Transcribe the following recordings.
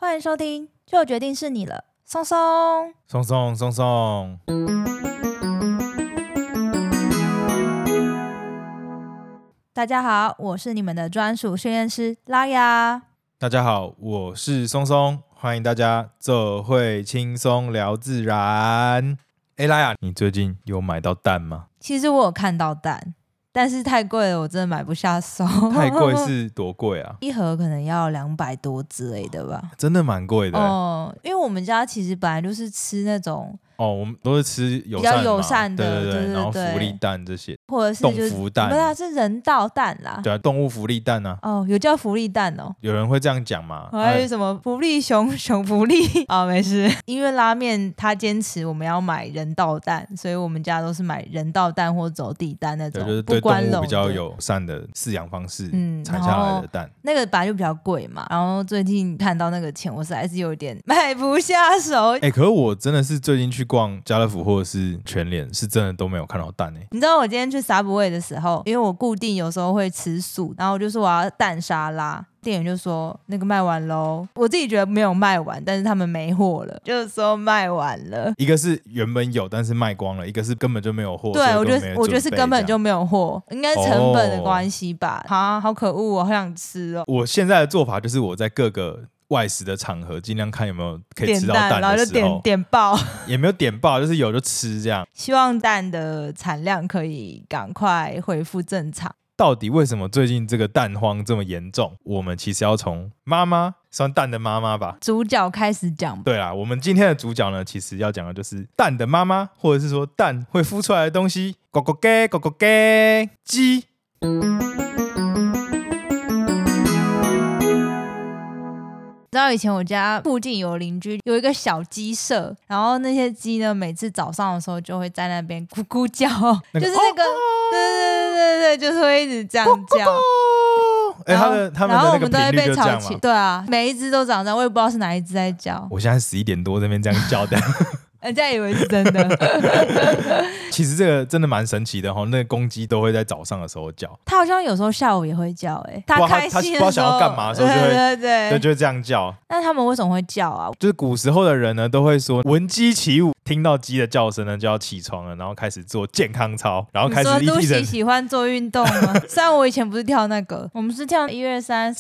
欢迎收听，就决定是你了，松松， 松松松松。 大家好，我是你们的专属训练师拉雅。 大家好，我是松松，欢迎大家这会轻松聊自然。拉雅，你最近有买到蛋吗？ 其实我有看到蛋，但是太贵了，我真的买不下手。 太贵是多贵啊？ 一盒可能要200多之类的吧。 真的蛮贵的因为我们家其实本来就是吃那种我们都是吃比较友善的， 对，然后福利蛋这些， 或者是动福蛋， 不是，是人道蛋啦。 对啊，动物福利蛋啊。 有叫福利蛋哦。 有人会这样讲吗？ 还有什么福利熊福利没事。因为拉面他坚持我们要买人道蛋，所以我们家都是买人道蛋或走地蛋那种， 就是对动物比较友善的饲养方式产下来的蛋。 那个本来就比较贵嘛，然后最近看到那个钱，我实在是有点买不下手。 可是我真的是最近去逛家乐福或者是全联，是真的都没有看到蛋。 你知道我今天去 Subway 的时候，因为我固定有时候会吃素，然后我就说我要蛋沙拉，店员就说那个卖完咯。我自己觉得没有卖完，但是他们没货了，就是说卖完了。 一个是原本有但是卖光了，一个是根本就没有货。 对，我觉得是根本就没有货，应该是成本的关系吧。好可恶，我好想吃哦。 我现在的做法就是我在各个外食的场合尽量看有没有可以吃到蛋的时候， 然后就点爆， 也没有点爆，就是有就吃这样。 希望蛋的产量可以赶快恢复正常。 到底为什么最近这个蛋荒这么严重？我们其实要从妈妈，算蛋的妈妈吧， 主角开始讲。 对啦，我们今天的主角呢，其实要讲的就是蛋的妈妈，或者是说蛋会孵出来的东西，咕咕鸡，咕咕鸡，鸡。 知道以前我家附近有邻居有一个小鸡舍，然后那些鸡呢，每次早上的时候就会在那边咕咕叫，就是那个，对，就是会一直这样叫。 他们的那个频率就这样嘛。 对啊，每一只都长这样，我也不知道是哪一只在叫。 我现在11点多在那边这样叫的。 人家以为是真的。 其实这个真的蛮神奇的那个公鸡都会在早上的时候叫， 它好像有时候下午也会叫。它开心的时候， 它不知道想要干嘛的时候就会，对，就会这样叫。 那他们为什么会叫啊？ 就是古时候的人呢，都会说闻鸡起舞，听到鸡的叫声呢就要起床了，然后开始做健康操，然后开始你说Lucy喜欢做运动吗？虽然我以前不是跳那个，我们是跳1、2、3、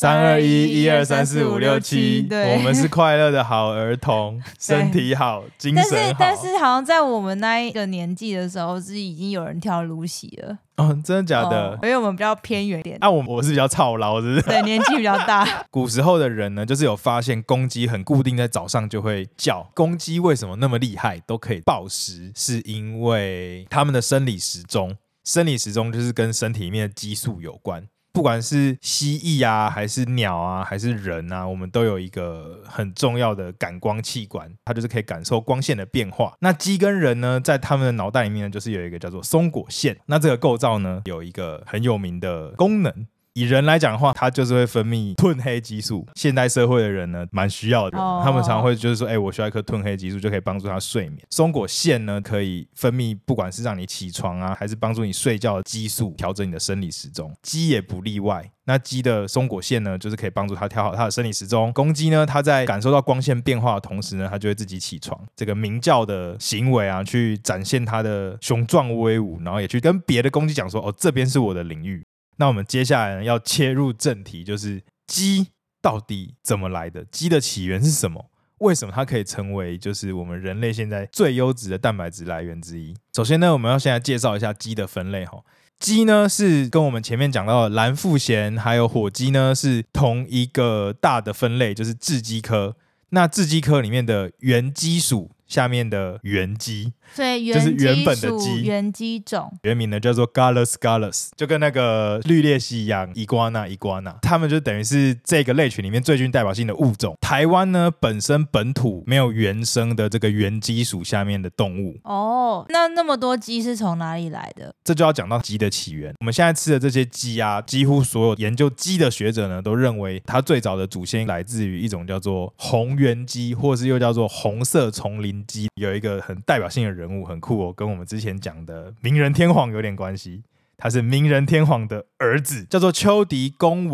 3、2、1、1、2、3、4、5、6、7， 对， 我们是快乐的好儿童，身体好，精神好。 但是好像在我们那一个年纪的时候，是已经有人跳 Lucy 了。 真的假的？ 因为我们比较偏远一点。 我是比较操劳，是不是？ 对，年纪比较大。 古时候的人呢，就是有发现公鸡很固定在早上就会叫。公鸡为什么那么厉害，都可以报时，是因为他们的生理时钟。生理时钟就是跟身体里面的激素有关。不管是蜥蜴啊，还是鸟啊，还是人啊，我们都有一个很重要的感光器官，它就是可以感受光线的变化。那鸡跟人呢，在他们的脑袋里面呢，就是有一个叫做松果腺。那这个构造呢，有一个很有名的功能。以人来讲的话，它就是会分泌褪黑激素。现代社会的人呢，蛮需要的。他们常会就是说，我需要一颗褪黑激素，就可以帮助他睡眠。松果腺呢，可以分泌不管是让你起床啊，还是帮助你睡觉的激素，调整你的生理时钟。鸡也不例外。那鸡的松果腺呢，就是可以帮助它调好它的生理时钟。公鸡呢，它在感受到光线变化的同时呢，它就会自己起床。这个鸣叫的行为啊，去展现它的雄壮威武，然后也去跟别的公鸡讲说，这边是我的领域。那我们接下来呢，要切入正题，就是鸡到底怎么来的？鸡的起源是什么？为什么它可以成为就是我们人类现在最优质的蛋白质来源之一？首先呢，我们要先来介绍一下鸡的分类。鸡呢是跟我们前面讲到的蓝腹鹇还有火鸡呢是同一个大的分类，就是雉鸡科。那雉鸡科里面的原鸡属下面的原鸡， 所以就是原本的鸡， 原鸡种， 原名呢叫做 Gallus， 就跟那个绿鬣蜥一样，iguana， 它们就等于是这个类群里面最具代表性的物种。台湾呢本土没有原生的这个原鸡属下面的动物。 那么多鸡是从哪里来的？ 这就要讲到鸡的起源。我们现在吃的这些鸡啊，几乎所有研究鸡的学者呢都认为它最早的祖先来自于一种叫做红原鸡，或是又叫做红色丛林鸡。有一个很代表性的人物，很酷跟我们之前讲的明仁天皇有点关系。他是明仁天皇的儿子，叫做丘迪公文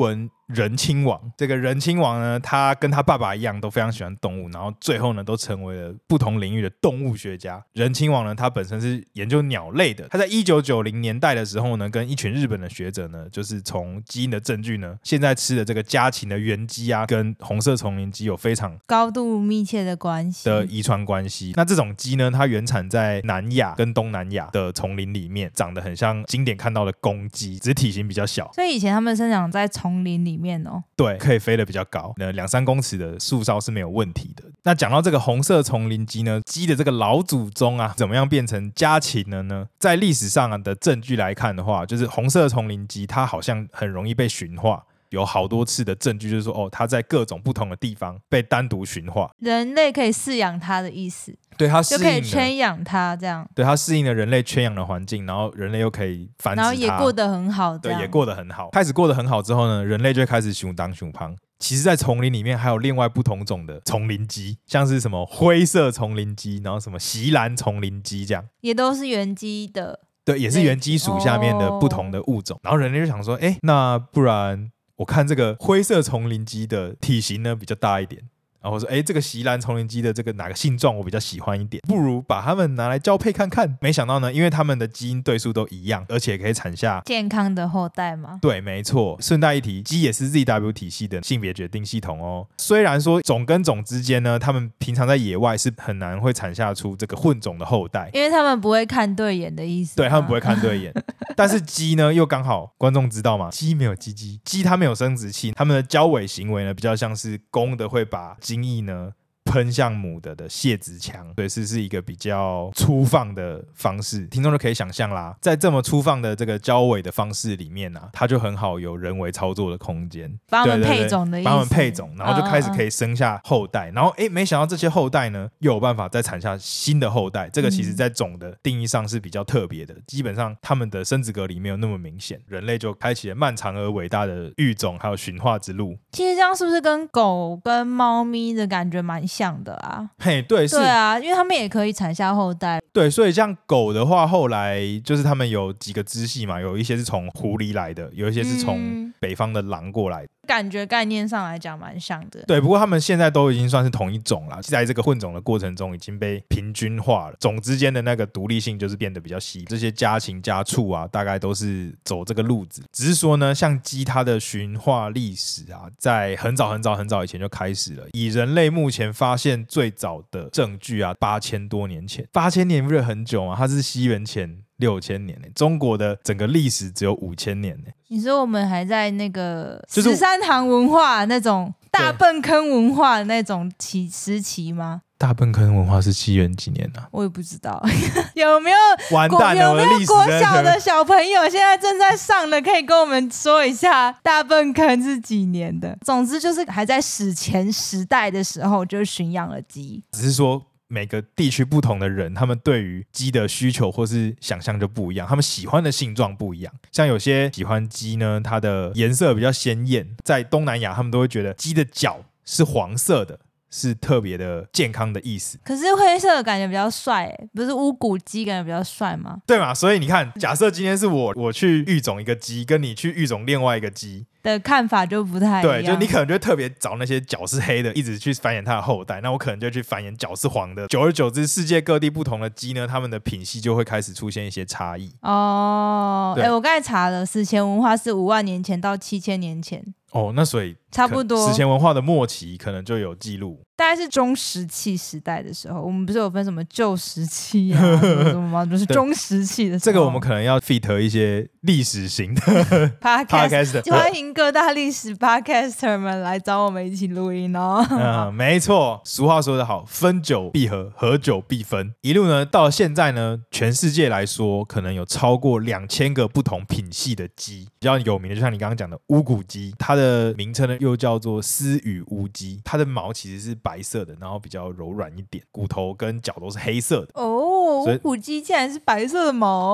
人亲王。这个人亲王呢，他跟他爸爸一样都非常喜欢动物，然后最后呢都成为了不同领域的动物学家。人亲王呢，他本身是研究鸟类的，他在1990年代的时候呢，跟一群日本的学者呢，就是从基因的证据呢，现在吃的这个家禽的原鸡啊，跟红色丛林鸡有非常高度密切的关系的遗传关系。那这种鸡呢，它原产在南亚跟东南亚的丛林里面，长得很像经典看到的公鸡，只是体型比较小。 所以以前他们生长在丛林里面哦。 对，可以飞得比较高，2-3公尺的树梢是没有问题的。那讲到这个红色丛林鸡呢，鸡的这个老祖宗啊，怎么样变成家禽了呢？在历史上的证据来看的话，就是红色丛林鸡它好像很容易被驯化。有好多次的证据就是说，哦，它在各种不同的地方被单独驯化， 人类可以饲养它的意思， 对，它适应了， 就可以圈养它这样， 对，它适应了人类圈养的环境，然后人类又可以繁殖它， 然后也过得很好， 对，也过得很好。开始过得很好之后呢，人类就会开始熊当熊胖。其实，在丛林里面还有另外不同种的丛林鸡，像是什么灰色丛林鸡，然后什么锡兰丛林鸡这样， 也都是原鸡的， 对，也是原鸡属下面的不同的物种。然后人类就想说，哎，那不然我看这个灰色丛林鸡的体型呢比较大一点，然后说，哎，这个锡兰丛林鸡的这个哪个性状我比较喜欢一点，不如把它们拿来交配看看。没想到呢，因为它们的基因对数都一样，而且可以产下健康的后代吗？ 对，没错。顺带一提，鸡也是 ZW 体系的性别决定系统哦。虽然说种跟种之间呢，它们平常在野外是很难会产下出这个混种的后代， 因为他们不会看对眼的意思。 对，他们不会看对眼。但是鸡呢，又刚好观众知道吗？鸡没有鸡鸡，鸡它没有生殖器，它们的交尾行为呢，比较像是公的会把精液呢喷向母的泄殖腔，所以是一个比较粗放的方式。听众就可以想象啦，在这么粗放的这个交尾的方式里面啊，它就很好有人为操作的空间， 帮他们配种的意思， 帮他们配种，然后就开始可以生下后代。然后没想到这些后代呢，又有办法再产下新的后代。这个其实在种的定义上是比较特别的，基本上他们的生殖隔离没有那么明显，人类就开启了漫长而伟大的育种还有驯化之路。 其实这样是不是跟狗跟猫咪的感觉蛮像的啊？ 嘿，对， 对啊，因为他们也可以产下后代。 对，所以像狗的话，后来就是他们有几个支系嘛，有一些是从狐狸来的，有一些是从北方的狼过来的。 感觉概念上来讲蛮像的。 对，不过他们现在都已经算是同一种了，在这个混种的过程中已经被平均化了，种之间的那个独立性就是变得比较细。这些家禽家畜啊，大概都是走这个路子。只是说呢，像鸡它的驯化历史啊，在很早以前就开始了。以人类目前发现最早的证据啊，8000多年前，8000年不是很久吗？它是西元前6000年呢，中国的整个历史只有5000年呢。 你说我们还在那个13堂文化那种大粪坑文化的那种时期吗？ 大粪坑文化是西元几年啊？ 我也不知道有没有完蛋了， 有没有国小的小朋友现在正在上的，可以跟我们说一下大粪坑是几年的？总之就是还在史前时代的时候就驯养了鸡， 只是说每个地区不同的人，他们对于鸡的需求或是想象就不一样，他们喜欢的性状不一样。像有些喜欢鸡呢，它的颜色比较鲜艳，在东南亚他们都会觉得鸡的脚是黄色的，是特别的健康的意思。 可是灰色的感觉比较帅不是乌骨鸡感觉比较帅吗？ 对嘛，所以你看，假设今天是我去育种一个鸡，跟你去育种另外一个鸡的看法就不太一样。 对，就你可能就会特别找那些脚是黑的，一直去繁衍它的后代。那我可能就去繁衍脚是黄的。久而久之，世界各地不同的鸡呢，它们的品系就会开始出现一些差异。 哦，我刚才查了，史前文化是5万年前到7000年前。 哦，那所以差不多史前文化的末期可能就有记录， 大概是中石器时代的时候。我们不是有分什么旧石器啊什么吗？就是中石器的时候。 这个我们可能要 fit 一些历史型的 podcast， 欢迎各大历史 podcaster 们来找我们一起录音哦。 没错，俗话说得好，分久必合，合久必分。一路呢到现在呢，全世界来说可能有超过2000个不同品系的鸡。比较有名的就像你刚刚讲的乌骨鸡，它的名称呢又叫做斯语乌鸡，它的毛其实是白色的，然后比较柔软一点，骨头跟脚都是黑色的。 哦，乌骨鸡竟然是白色的毛。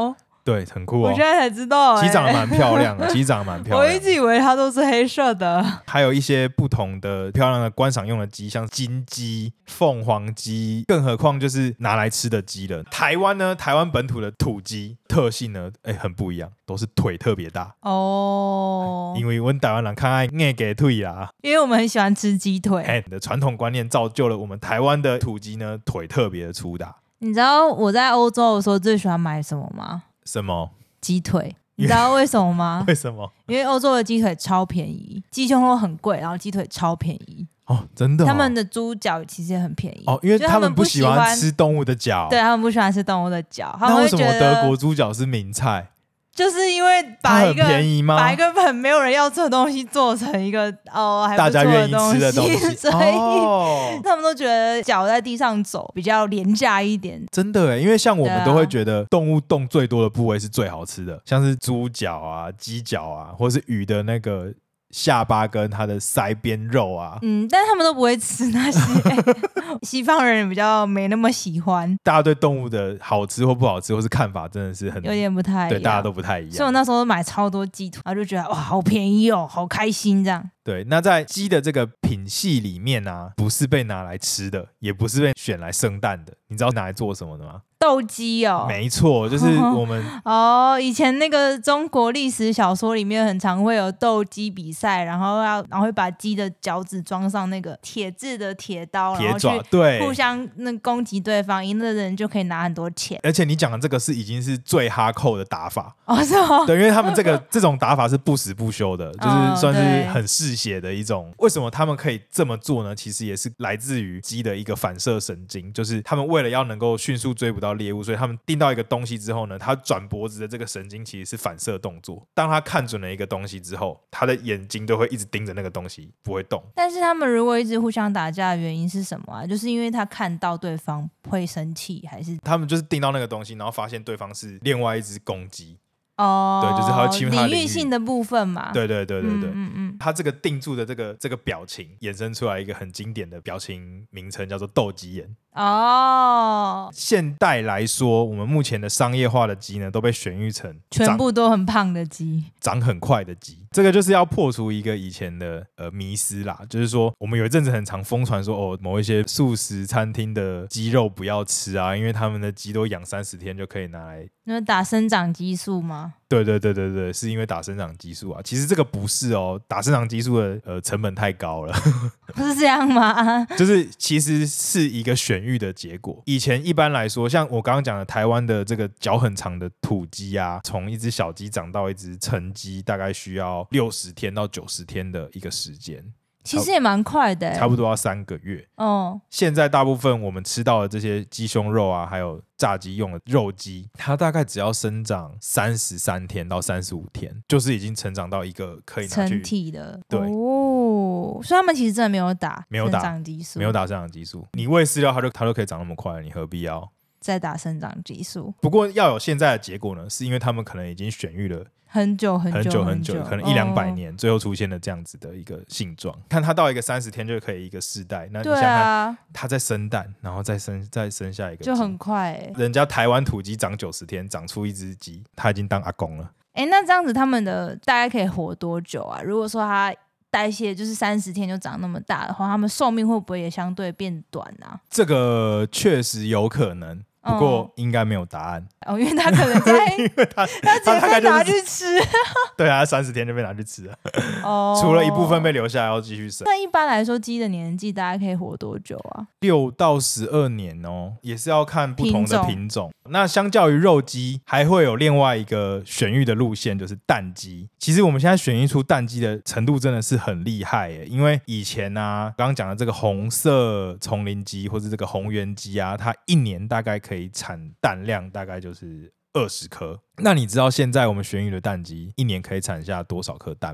对，很酷哦。 我现在才知道、 鸡长得蛮漂亮的，鸡长得蛮漂亮的。 我一直以为它都是黑色的。 还有一些不同的漂亮的观赏用的鸡，像金鸡、凤凰鸡，更何况就是拿来吃的鸡了。台湾呢，台湾本土的土鸡特性呢，很不一样，都是腿特别大哦。 因为我们台湾人看爱爱给腿啦， 因为我们很喜欢吃鸡腿。 你的传统观念造就了我们台湾的土鸡呢，腿特别的粗大。 你知道我在欧洲的时候最喜欢买什么吗？ 什么？ 鸡腿。你知道为什么吗？ 为什么？ 因为欧洲的鸡腿超便宜，鸡胸肉很贵，然后鸡腿超便宜。 哦，真的、哦？ 他们的猪脚其实也很便宜哦，因为他们不喜欢吃动物的脚。 对，他们不喜欢吃动物的脚。 那为什么德国猪脚是名菜？ 就是因为把一个很便宜吗？ 把一个很没有人要吃的东西做成一个还不错的东西，大家愿意吃的东西，所以、他们都觉得脚在地上走比较廉价一点。 真的耶，因为像我们都会觉得动物动最多的部位是最好吃的，像是猪脚啊、鸡脚啊，或是鱼的那个下巴跟它的腮边肉啊， 但他们都不会吃那些。西方人比较没那么喜欢。 大家对动物的好吃或不好吃或是看法真的是很有点不太一样， 对，大家都不太一样。 所以我那时候买超多鸡腿，然后就觉得哇，好便宜哦，好开心这样。 对，那在鸡的这个品系里面啊，不是被拿来吃的，也不是被选来生蛋的，你知道拿来做什么的吗？ 斗鸡哦， 没错，就是我们以前那个中国历史小说里面很常会有斗鸡比赛，然后会把鸡的脚趾装上那个铁质的铁刀， 铁爪， 对，互相攻击对方，赢的人就可以拿很多钱。 而且你讲的这个是已经是最哈扣的打法是吗？ 对，因为他们这种打法是不死不休的，就是算是很嗜血的一种。为什么他们可以这么做呢？其实也是来自于鸡的一个反射神经，就是他们为了要能够迅速追捕到猎物，所以他们盯到一个东西之后呢，他转脖子的这个神经其实是反射动作。当他看准了一个东西之后，他的眼睛都会一直盯着那个东西，不会动。 但是他们如果一直互相打架的原因是什么啊？就是因为他看到对方会生气，还是他们就是盯到那个东西，然后发现对方是另外一只公鸡。 对， 就是他会侵入他的领域领域性的部分嘛。 对，他这个定住的这个表情，衍生出来一个很经典的表情名称，叫做斗鸡眼。现代来说，我们目前的商业化的鸡呢，都被选育成全部都很胖的鸡， 长很快的鸡。这个就是要破除一个以前的迷思啦，就是说我们有一阵子很常疯传说某一些素食餐厅的鸡肉不要吃啊，因为他们的鸡都养30天就可以拿来。 那打生长激素吗？ 对，是因为打生长激素啊。其实这个不是哦，打生长激素的成本太高了。 不是这样吗？ 就是其实是一个选育的结果。以前一般来说，像我刚刚讲的台湾的这个脚很长的土鸡啊，从一只小鸡长到一只成鸡，大概需要60天到90天的一个时间。 其实也蛮快的， 差不多要3个月。现在大部分我们吃到的这些鸡胸肉啊，还有炸鸡用的肉鸡，它大概只要生长33天到35天，就是已经成长到一个可以拿去成体的。 对所以他们其实真的没有打生长激素， 没有打生长激素。你喂饲料，它就可以长那么快，你何必要再打生长激素？ 不过要有现在的结果呢，是因为他们可能已经选育了很久，可能 100-200年，最后出现了这样子的一个性状。看它到一个30天就可以一个世代，那你想看它再生蛋，然后再生下一个鸡， 就很快人家台湾土鸡长90天，长出一只鸡，它已经当阿公了。 那这样子他们的大概可以活多久啊？如果说它代谢就是30天就长那么大的话，他们寿命会不会也相对变短啊？ 这个确实有可能。不过应该没有答案因为他可能在因为他直接被拿去吃对啊，30天就被拿去吃了除了一部分被留下来要继续生。 那一般来说鸡的年纪大概可以活多久啊 ？6到12年哦，也是要看不同的品种。那相较于肉鸡，还会有另外一个选育的路线，就是蛋鸡。其实我们现在选育出蛋鸡的程度真的是很厉害耶，因为以前啊，刚刚讲的这个红色丛林鸡或者这个红原鸡啊，它一年大概可以产蛋量大概就是20颗。那你知道现在我们选育的蛋鸡一年可以产下多少颗蛋吗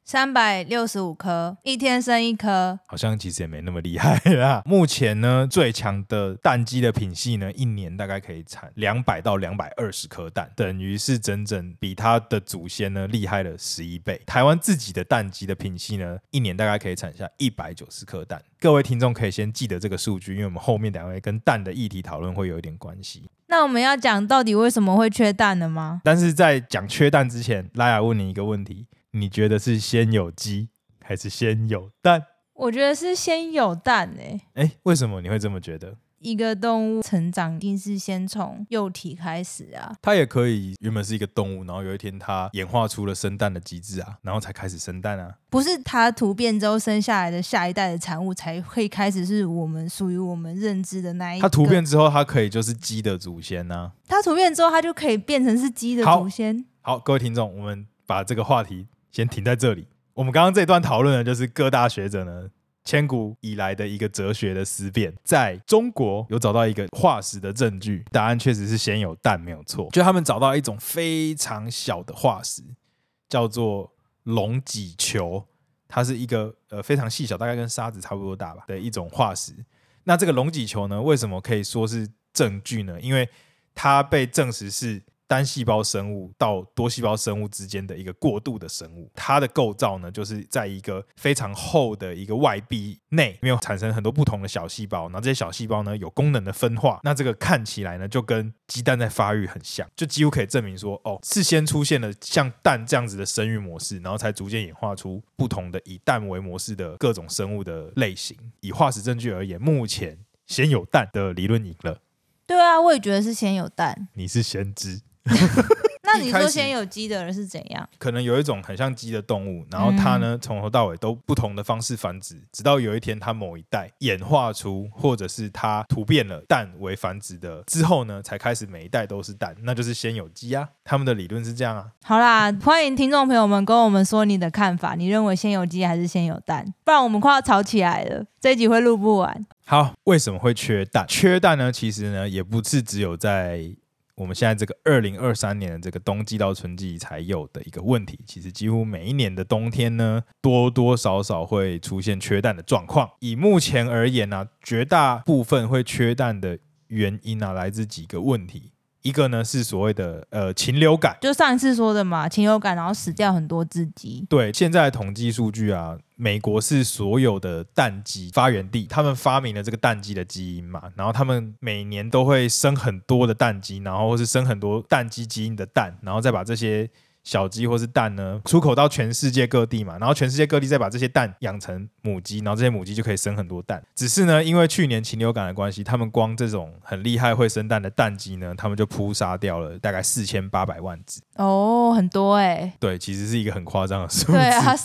365颗，一天生一颗， 好像其实也没那么厉害啦。目前呢，最强的蛋鸡的品系呢，一年大概可以产200到220颗蛋，等于是整整比它的祖先呢厉害了11倍。台湾自己的蛋鸡的品系呢，一年大概可以产下190颗蛋。各位听众可以先记得这个数据，因为我们后面2位跟蛋的议题讨论会有一点关系。 那我们要讲到底为什么会缺蛋了吗？ 但是在讲缺蛋之前，拉雅问你一个问题，你觉得是先有鸡还是先有蛋？ 我觉得是先有蛋为什么你会这么觉得？ 一个动物成长一定是先从幼体开始啊， 它也可以原本是一个动物，然后有一天它演化出了生蛋的机制啊，然后才开始生蛋啊。 不是它突变之后生下来的下一代的产物才会开始是我们属于我们认知的那一个。 它突变之后，它可以就是鸡的祖先啊。 它突变之后，它就可以变成是鸡的祖先。 好，各位听众，我们把这个话题先停在这里。我们刚刚这段讨论的就是各大学者呢千古以来的一个哲学的思辨，在中国有找到一个化石的证据，答案确实是先有蛋没有错。就他们找到一种非常小的化石，叫做龙脊球，它是一个非常细小，大概跟沙子差不多大吧的一种化石。那这个龙脊球呢，为什么可以说是证据呢？因为它被证实是单细胞生物到多细胞生物之间的一个过渡的生物，它的构造呢，就是在一个非常厚的一个外壁内，没有产生很多不同的小细胞，然后这些小细胞呢有功能的分化，那这个看起来呢就跟鸡蛋在发育很像，就几乎可以证明说，是先出现了像蛋这样子的生育模式，然后才逐渐演化出不同的以蛋为模式的各种生物的类型。以化石证据而言，目前先有蛋的理论赢了。 对啊，我也觉得是先有蛋。 你是先知。 那你说先有鸡的人是怎样？ 可能有一种很像鸡的动物，然后它呢从头到尾都不同的方式繁殖，直到有一天它某一代演化出，或者是它突变了蛋为繁殖的之后呢，才开始每一代都是蛋，那就是先有鸡啊。他们的理论是这样啊。 好啦，欢迎听众朋友们跟我们说你的看法，你认为先有鸡还是先有蛋？不然我们快要吵起来了，这一集会录不完。 好，为什么会缺蛋？缺蛋呢，其实呢也不是只有在我们现在这个2023年的这个冬季到春季才有的一个问题，其实几乎每一年的冬天呢，多多少少会出现缺蛋的状况。以目前而言呢，绝大部分会缺蛋的原因呢，来自几个问题。一个呢是所谓的禽流感， 就上一次说的嘛，禽流感然后死掉很多只鸡。 对，现在的统计数据啊，美国是所有的蛋鸡发源地，他们发明了这个蛋鸡的基因嘛，然后他们每年都会生很多的蛋鸡，然后或是生很多蛋鸡基因的蛋，然后再把这些小鸡或是蛋呢出口到全世界各地嘛，然后全世界各地再把这些蛋养成母鸡，然后这些母鸡就可以生很多蛋。只是呢，因为去年禽流感的关系，他们光这种很厉害会生蛋的蛋鸡呢，他们就扑杀掉了大概4800万只。 很多对，其实是一个很夸张的数字。 对啊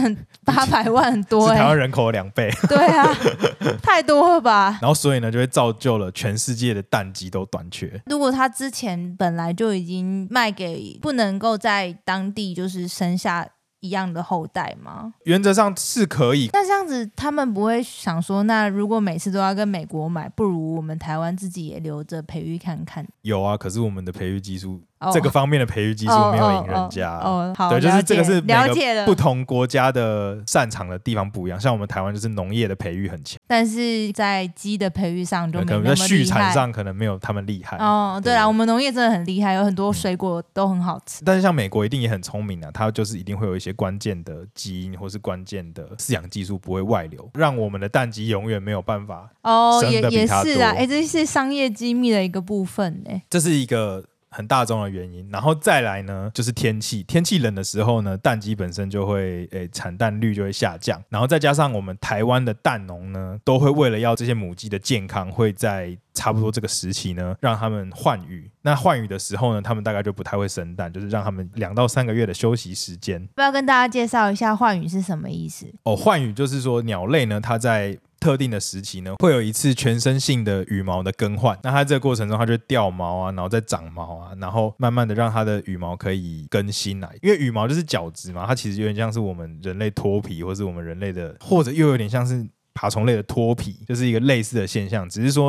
，4800万很多是台湾人口的2倍。 对啊，太多了吧。 然后所以呢，就会造就了全世界的蛋鸡都短缺。 如果他之前本来就已经卖给不能够在当地就是生下一样的后代吗？ 原则上是可以。 那这样子他们不会想说，那如果每次都要跟美国买，不如我们台湾自己也留着培育看看？ 有啊，可是我们的培育技术这个方面的培育技术没有赢人家。 好， 对，就是这个是了解了。 不同国家的擅长的地方不一样，像我们台湾就是农业的培育很强， 但是在鸡的培育上就没那么厉害， 可能在畜产上可能没有他们厉害。 对啦，我们农业真的很厉害，有很多水果都很好吃。 但是像美国一定也很聪明啊，它就是一定会有一些关键的基因或是关键的饲养技术不会外流，让我们的蛋鸡永远没有办法生得比它多。 也是啊，这是商业机密的一个部分这是一个很大众的原因。然后再来呢，就是天气冷的时候呢，蛋鸡本身就会产蛋率就会下降，然后再加上我们台湾的蛋农呢，都会为了要这些母鸡的健康，会在差不多这个时期呢，让他们换羽。那换羽的时候呢，他们大概就不太会生蛋，就是让他们2到3个月的休息时间。 不要跟大家介绍一下换羽是什么意思？ 换羽就是说鸟类呢，它在特定的时期呢，会有一次全身性的羽毛的更换。那它这个过程中，它就掉毛啊，然后再长毛啊，然后慢慢的让它的羽毛可以更新来。因为羽毛就是角质嘛，它其实有点像是我们人类脱皮，或是我们人类的，或者又有点像是爬虫类的脱皮，就是一个类似的现象。只是说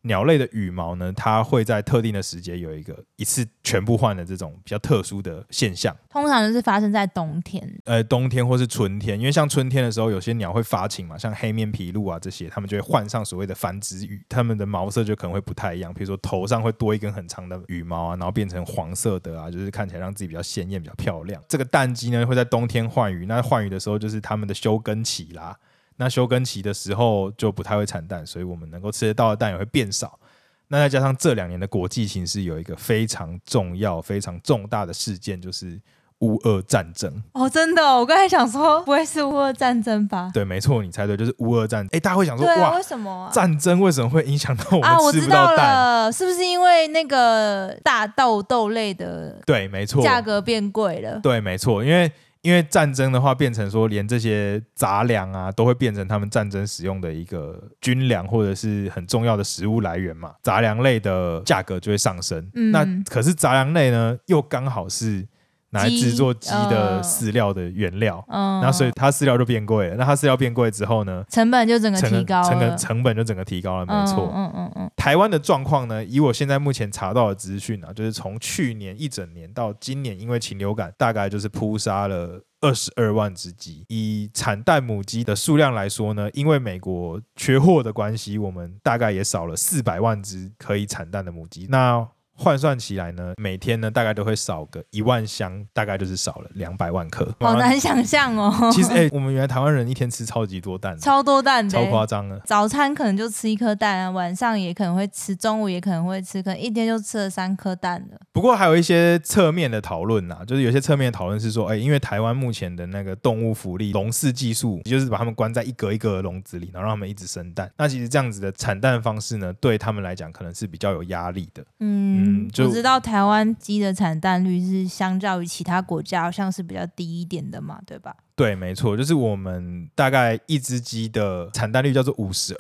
鸟类的羽毛呢，它会在特定的时节有一次全部换的这种比较特殊的现象， 通常就是发生在冬天。 冬天或是春天，因为像春天的时候，有些鸟会发情嘛，像黑面琵鹭啊这些，它们就会换上所谓的繁殖羽，它们的毛色就可能会不太一样，比如说头上会多一根很长的羽毛啊，然后变成黄色的啊，就是看起来让自己比较鲜艳、比较漂亮。这个蛋鸡呢会在冬天换羽，那换羽的时候就是它们的休耕期啦。那休耕期的时候就不太会产蛋，所以我们能够吃得到的蛋也会变少。那再加上这2年的国际形势有一个非常重要、非常重大的事件，就是乌俄战争。 哦，真的哦，我刚才想说不会是乌俄战争吧？ 对，没错，你猜对，就是乌俄战争。大家会想说， 对啊， 哇， 为什么啊？ 战争为什么会影响到我啊， 们我知道吃不到蛋？ 了，是不是因为那个大豆类的对，没错， 价格变贵了？ 对，没错，因为战争的话，变成说连这些杂粮啊，都会变成他们战争使用的一个军粮或者是很重要的食物来源嘛。杂粮类的价格就会上升。那可是杂粮类呢，又刚好是拿来制作鸡的饲料的原料，那所以它饲料就变贵了。那它饲料变贵之后呢， 成本就整个提高了， 成本就整个提高了，没错。台湾的状况呢，以我现在目前查到的资讯啊，就是从去年一整年到今年，因为禽流感，大概就是扑杀了22万只鸡。以产蛋母鸡的数量来说呢，因为美国缺货的关系，我们大概也少了400万只可以产蛋的母鸡。那换算起来呢，每天呢大概都会少个1万箱，大概就是少了200万颗。 好难想象哦。 其实我们原来台湾人一天吃超级多蛋， 超多蛋的， 超夸张的。 早餐可能就吃1颗蛋啊，晚上也可能会吃，中午也可能会吃，可能一天就吃了3颗蛋了。 不过还有一些侧面的讨论啊，就是有些侧面的讨论是说，因为台湾目前的那个动物福利笼饲技术，就是把它们关在一格一格的笼子里，然后让它们一直生蛋。那其实这样子的产蛋方式呢，对他们来讲可能是比较有压力的。 我知道台湾鸡的产蛋率是相较于其他国家好像是比较低一点的嘛，对吧？ 对，没错，就是我们大概一只鸡的产蛋率叫做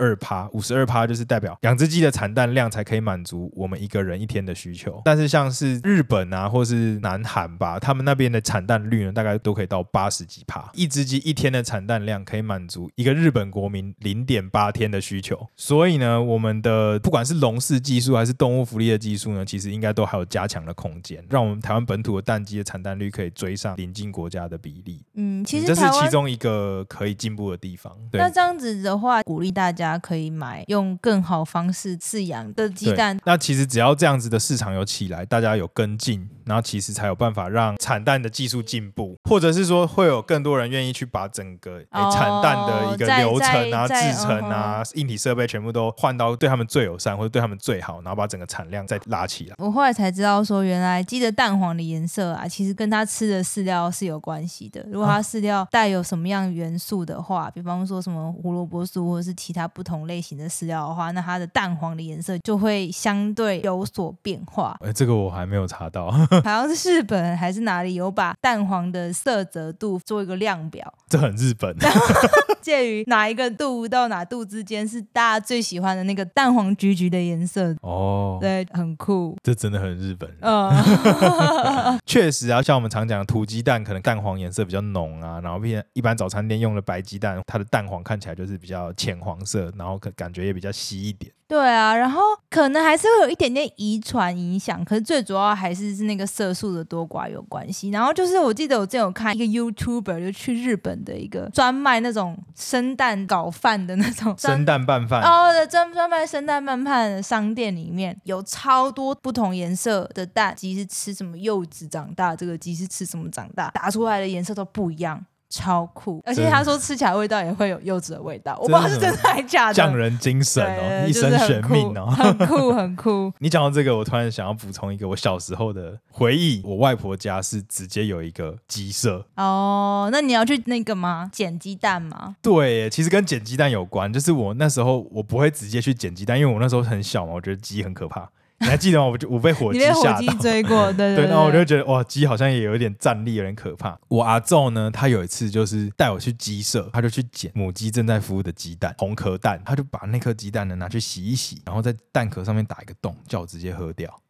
52%，52%就是代表2只鸡的产蛋量才可以满足我们一个人一天的需求。但是像是日本啊，或是南韩吧，他们那边的产蛋率呢，大概都可以到80几%，一只鸡一天的产蛋量可以满足一个日本国民0.8天的需求。所以呢，我们的不管是笼饲技术还是动物福利的技术呢，其实应该都还有加强的空间，让我们台湾本土的蛋鸡的产蛋率可以追上邻近国家的比例。 其实这是其中一个可以进步的地方。对， 那这样子的话，鼓励大家可以买用更好方式饲养的鸡蛋。 那其实只要这样子的市场有起来，大家有跟进，然后其实才有办法让产蛋的技术进步，或者是说会有更多人愿意去把整个产蛋的一个流程啊、制程啊、硬体设备全部都换到对他们最友善或者对他们最好，然后把整个产量再拉起来。 我后来才知道说，原来鸡的蛋黄的颜色啊，其实跟它吃的饲料是有关系的。如果它饲料带有什么样元素的话，比方说什么胡萝卜素或者是其他不同类型的饲料的话，那它的蛋黄的颜色就会相对有所变化。 这个我还没有查到， 好像是日本还是哪里有把蛋黄的色泽度做一个量表， 这很日本。 介于哪一个度到哪度之间是大家最喜欢的那个蛋黄橘橘的颜色哦，对，很酷， 这真的很日本。确实啊，像我们常讲的土鸡蛋，可能蛋黄颜色比较浓啊，然后一般早餐店用的白鸡蛋，它的蛋黄看起来就是比较浅黄色，然后感觉也比较稀一点。 对啊，然后可能还是会有一点点遗传影响，可是最主要还是那个色素的多寡有关系。然后就是我记得我之前有看一个 YouTuber 就去日本的一个专卖那种生蛋搞饭的那种生蛋拌饭专卖生蛋拌饭的商店里面有超多不同颜色的蛋，鸡是吃什么柚子长大，这个鸡是吃什么长大，打出来的颜色都不一样。超酷，而且他说吃起来味道也会有柚子的味道，我不知道是真的还是假的。 匠人精神哦，一生悬命哦， 很酷很酷。 你讲到这个，我突然想要补充一个我小时候的回忆。我外婆家是直接有一个鸡舍哦，那你要去那个吗？捡鸡蛋吗？ 对，其实跟捡鸡蛋有关，就是我那时候我不会直接去捡鸡蛋，因为我那时候很小嘛，我觉得鸡很可怕。你还记得吗？我被火鸡吓到， 你被火鸡追过，对对对。 然后我就觉得哇，鸡好像也有一点战力，有点可怕。我阿昼呢，他有一次就是带我去鸡舍，他就去捡母鸡正在孵的鸡蛋，红壳蛋，他就把那颗鸡蛋呢拿去洗一洗，然后在蛋壳上面打一个洞，叫我直接喝掉。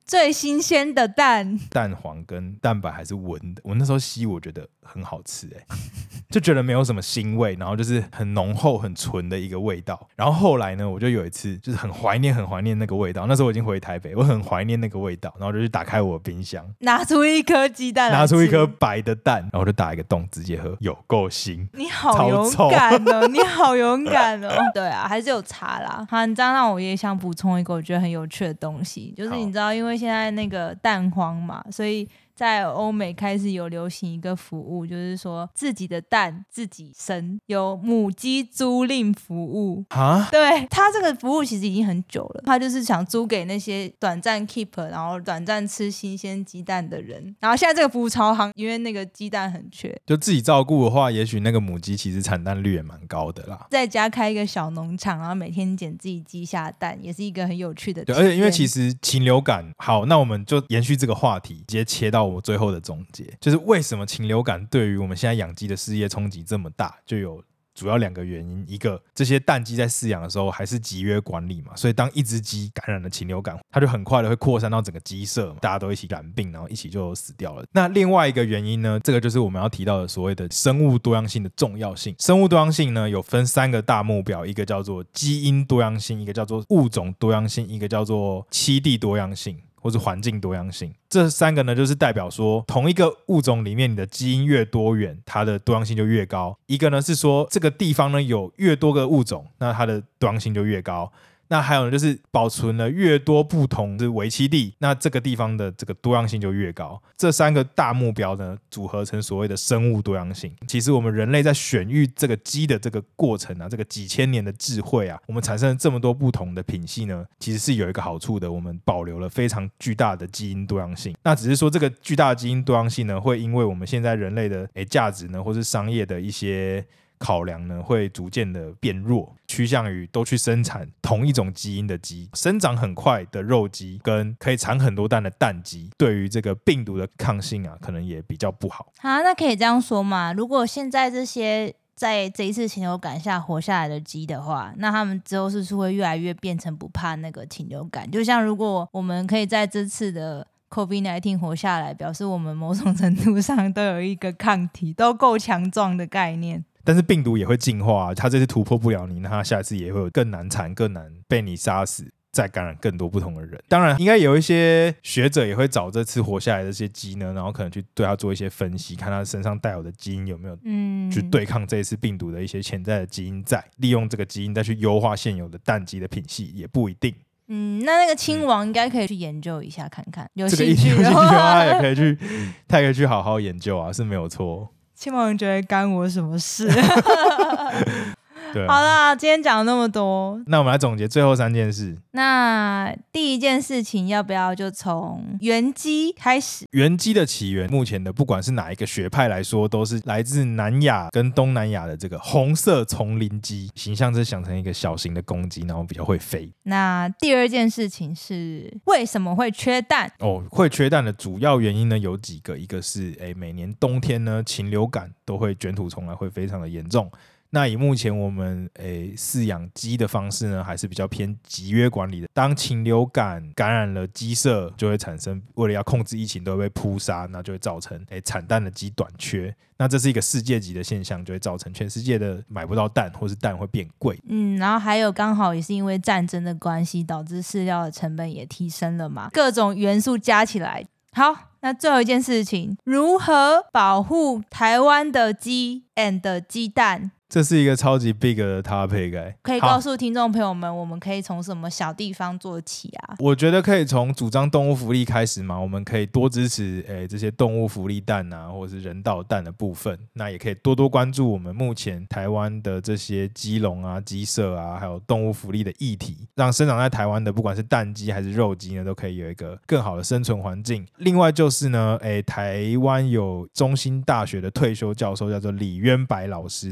最新鲜的蛋， 蛋黄跟蛋白还是温的。我那时候吸，我觉得很好吃就觉得没有什么腥味，然后就是很浓厚很纯的一个味道。然后后来呢，我就有一次就是很怀念那个味道。那时候我已经回台北，我很怀念那个味道，然后就去打开我的冰箱， 拿出一颗鸡蛋来吃， 拿出一颗白的蛋，然后就打一个洞直接喝，有够腥。 你好勇敢哦，你好勇敢哦。对啊，还是有差啦。好，你这样让我也想补充一个我觉得很有趣的东西，就是你知道因为现在那个蛋荒嘛，所以在欧美开始有流行一个服务，就是说自己的蛋自己生，有母鸡租赁服务啊。 对，它这个服务其实已经很久了，它就是想租给那些短暂 keep 然后短暂吃新鲜鸡蛋的人。然后现在这个服务超行，因为那个鸡蛋很缺， 就自己照顾的话，也许那个母鸡其实产蛋率也蛮高的啦。 在家开一个小农场，然后每天捡自己鸡下蛋，也是一个很有趣的体验。 对，而且因为其实禽流感，好，那我们就延续这个话题，直接切到我最后的总结，就是为什么禽流感对于我们现在养鸡的事业冲击这么大，就有主要2个原因。一个，这些蛋鸡在饲养的时候还是集约管理嘛，所以当一只鸡感染了禽流感，它就很快的会扩散到整个鸡舍嘛，大家都一起染病，然后一起就死掉了。那另外一个原因呢，这个就是我们要提到的所谓的生物多样性的重要性。生物多样性呢有分3个大目标，一个叫做基因多样性，一个叫做物种多样性，一个叫做栖地多样性或是环境多样性。这3个呢，就是代表说同一个物种里面你的基因越多元，它的多样性就越高。一个呢是说这个地方呢有越多个物种，那它的多样性就越高。那还有呢，就是保存了越多不同的围栖地，那这个地方的这个多样性就越高。这3个大目标呢，组合成所谓的生物多样性。其实我们人类在选育这个鸡的这个过程啊，这个几千年的智慧啊，我们产生了这么多不同的品系呢，其实是有一个好处的，我们保留了非常巨大的基因多样性。那只是说这个巨大的基因多样性呢，会因为我们现在人类的价值呢，或是商业的一些考量呢，会逐渐的变弱，趋向于都去生产同一种基因的鸡，生长很快的肉鸡跟可以产很多蛋的蛋鸡，对于这个病毒的抗性啊，可能也比较不好。 那可以这样说嘛？如果现在这些在这一次禽流感下活下来的鸡的话，那他们之后是不是会越来越变成不怕那个禽流感？就像如果我们可以在这次的COVID-19 活下来，表示我们某种程度上都有一个抗体，都够强壮的概念。 但是病毒也会进化，它这次突破不了你，那它下一次也会有更难产、更难被你杀死，再感染更多不同的人。当然应该有一些学者也会找这次活下来的这些鸡呢，然后可能去对它做一些分析，看它身上带有的基因有没有去对抗这一次病毒的一些潜在的基因在，利用这个基因再去优化现有的蛋鸡的品系也不一定。 那个亲王应该可以去研究一下看看，有兴趣的话他也可以去，他也可以去好好研究啊，是没有错。 亲王觉得干我什么事？ 对啊， 好啦，今天讲了那么多， 那我们来总结最后3件事。 那第一件事情要不要就从原鸡开始？ 原鸡的起源，目前的不管是哪一个学派来说，都是来自南亚跟东南亚的这个红色丛林鸡，形象是想成一个小型的公鸡，然后比较会飞。 那第2件事情是为什么会缺蛋？ 会缺蛋的主要原因呢有几个，一个是每年冬天呢禽流感都会卷土重来，会非常的严重。那以目前我们饲养鸡的方式呢，还是比较偏集约管理的。当禽流感感染了鸡舍，就会产生为了要控制疫情都会被扑杀，那就会造成产蛋的鸡短缺。那这是一个世界级的现象，就会造成全世界的买不到蛋，或是蛋会变贵。 然后还有刚好也是因为战争的关系，导致饲料的成本也提升了嘛，各种元素加起来。好，那最后一件事情，如何保护台湾的鸡 and 鸡蛋？ 这是一个超级 big 的 topic， 可以告诉听众朋友们，我们可以从什么小地方做起啊？ 我觉得可以从主张动物福利开始嘛，我们可以多支持这些动物福利蛋啊，或者是人道蛋的部分。那也可以多多关注我们目前台湾的这些鸡笼啊、鸡舍啊，还有动物福利的议题，让生长在台湾的不管是蛋鸡还是肉鸡呢，都可以有一个更好的生存环境。另外就是呢，台湾有中兴大学的退休教授叫做李渊白老师，那他就是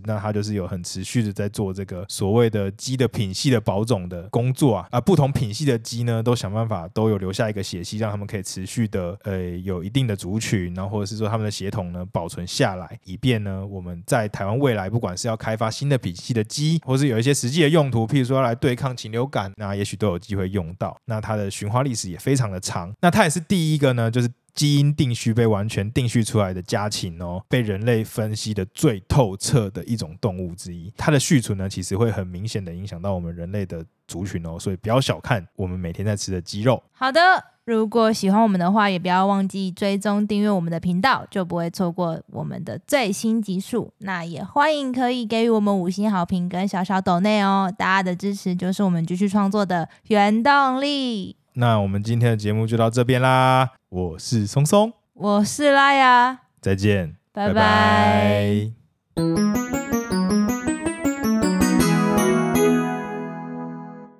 就是有很持续的在做这个所谓的鸡的品系的保种的工作啊，不同品系的鸡呢都想办法都有留下一个血系，让他们可以持续的有一定的族群，然后或者是说他们的血统呢保存下来，以便呢我们在台湾未来不管是要开发新的品系的鸡，或是有一些实际的用途，譬如说要来对抗禽流感，那也许都有机会用到。那它的驯化历史也非常的长，那它也是第一个呢就是基因定序被完全定序出来的家禽哦，被人类分析的最透彻的一种动物之一。它的续存呢，其实会很明显的影响到我们人类的族群哦，所以不要小看我们每天在吃的鸡肉。 好的，如果喜欢我们的话，也不要忘记追踪订阅我们的频道，就不会错过我们的最新集数。那也欢迎可以给予我们5星好评跟小小抖内哦，大家的支持就是我们继续创作的原动力。 那我们今天的节目就到这边啦，我是松松， 我是拉雅， 再见， 拜拜。